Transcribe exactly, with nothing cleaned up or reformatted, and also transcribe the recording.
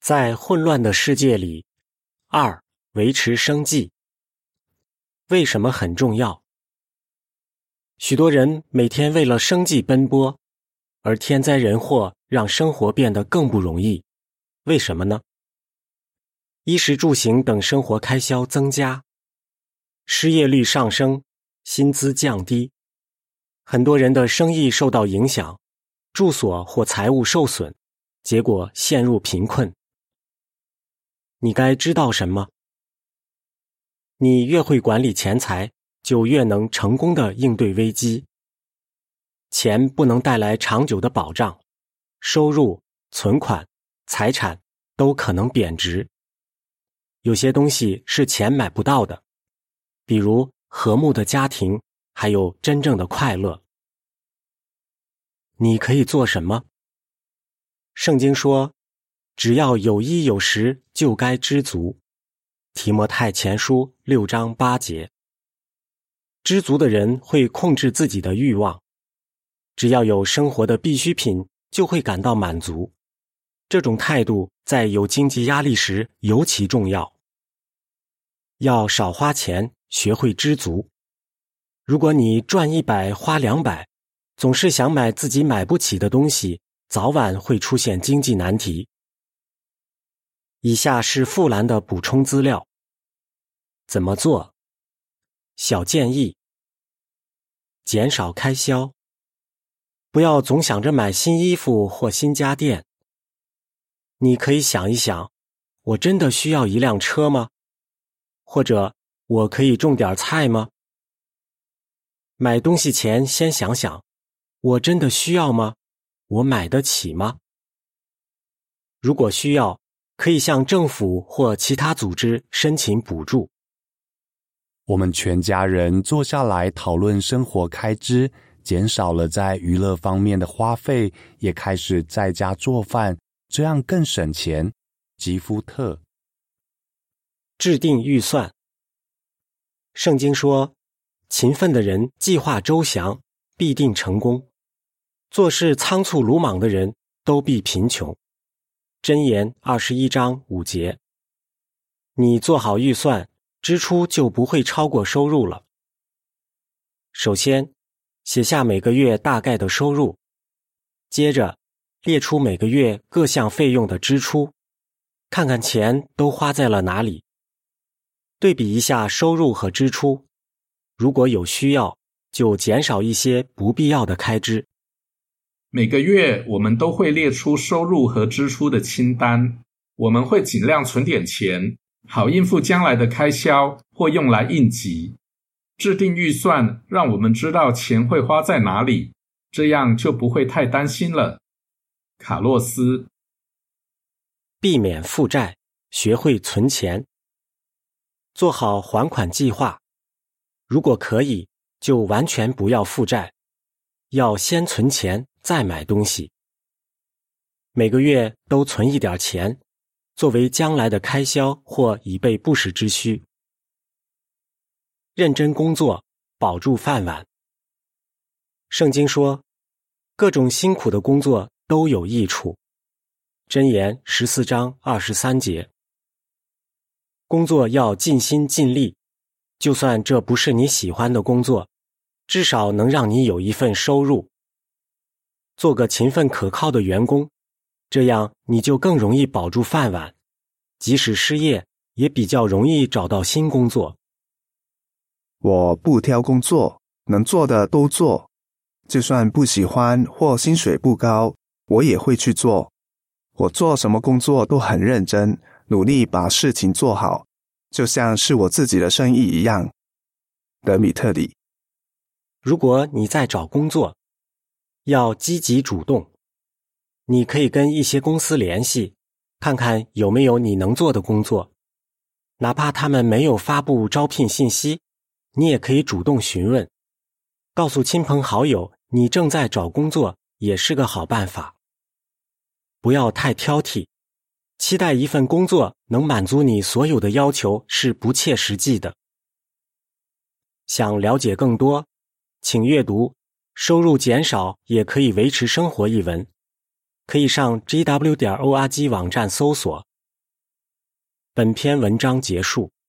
在混乱的世界里，二、维持生计。为什么很重要？许多人每天为了生计奔波，而天灾人祸让生活变得更不容易。为什么呢？衣食住行等生活开销增加，失业率上升，薪资降低，很多人的生意受到影响，住所或财务受损，结果陷入贫困。你该知道什么？你越会管理钱财，就越能成功地应对危机。钱不能带来长久的保障，收入、存款、财产都可能贬值。有些东西是钱买不到的，比如和睦的家庭，还有真正的快乐。你可以做什么？圣经说，只要有衣有食，就该知足。提摩太前书六章八节。知足的人会控制自己的欲望，只要有生活的必需品，就会感到满足。这种态度在有经济压力时尤其重要。要少花钱，学会知足。如果你赚一百花两百，总是想买自己买不起的东西，早晚会出现经济难题。以下是富兰的补充资料。怎么做？小建议：减少开销，不要总想着买新衣服或新家电。你可以想一想，我真的需要一辆车吗？或者，我可以种点菜吗？买东西前先想想，我真的需要吗？我买得起吗？如果需要，可以向政府或其他组织申请补助。 我们全家人坐下来讨论生活开支，减少了在娱乐方面的花费，也开始在家做饭，这样更省钱。吉夫特。 制定预算。圣经说，勤奋的人计划周详，必定成功；做事仓促鲁莽的人都必贫穷。箴言二十一章五节。你做好预算，支出就不会超过收入了。首先，写下每个月大概的收入，接着列出每个月各项费用的支出，看看钱都花在了哪里。对比一下收入和支出，如果有需要，就减少一些不必要的开支。 每个月我们都会列出收入和支出的清单，我们会尽量存点钱，好应付将来的开销或用来应急。制定预算，让我们知道钱会花在哪里，这样就不会太担心了。卡洛斯。 避免负债，学会存钱。做好还款计划，如果可以，就完全不要负债，要先存钱再买东西。每个月都存一点钱，作为将来的开销或以备不时之需。认真工作，保住饭碗。圣经说，各种辛苦的工作都有益处。箴言十四章二十三节。工作要尽心尽力，就算这不是你喜欢的工作，至少能让你有一份收入。做个勤奋可靠的员工，这样你就更容易保住饭碗，即使失业，也比较容易找到新工作。 我不挑工作，能做的都做，就算不喜欢或薪水不高，我也会去做。我做什么工作都很认真，努力把事情做好，就像是我自己的生意一样。德米特里。 如果你在找工作，要积极主动。你可以跟一些公司联系，看看有没有你能做的工作。哪怕他们没有发布招聘信息，你也可以主动询问。告诉亲朋好友你正在找工作也是个好办法。不要太挑剔，期待一份工作能满足你所有的要求是不切实际的。想了解更多，请阅读《收入减少也可以维持生活》一文，可以上 G W 点 org 网站搜索本篇文章结束。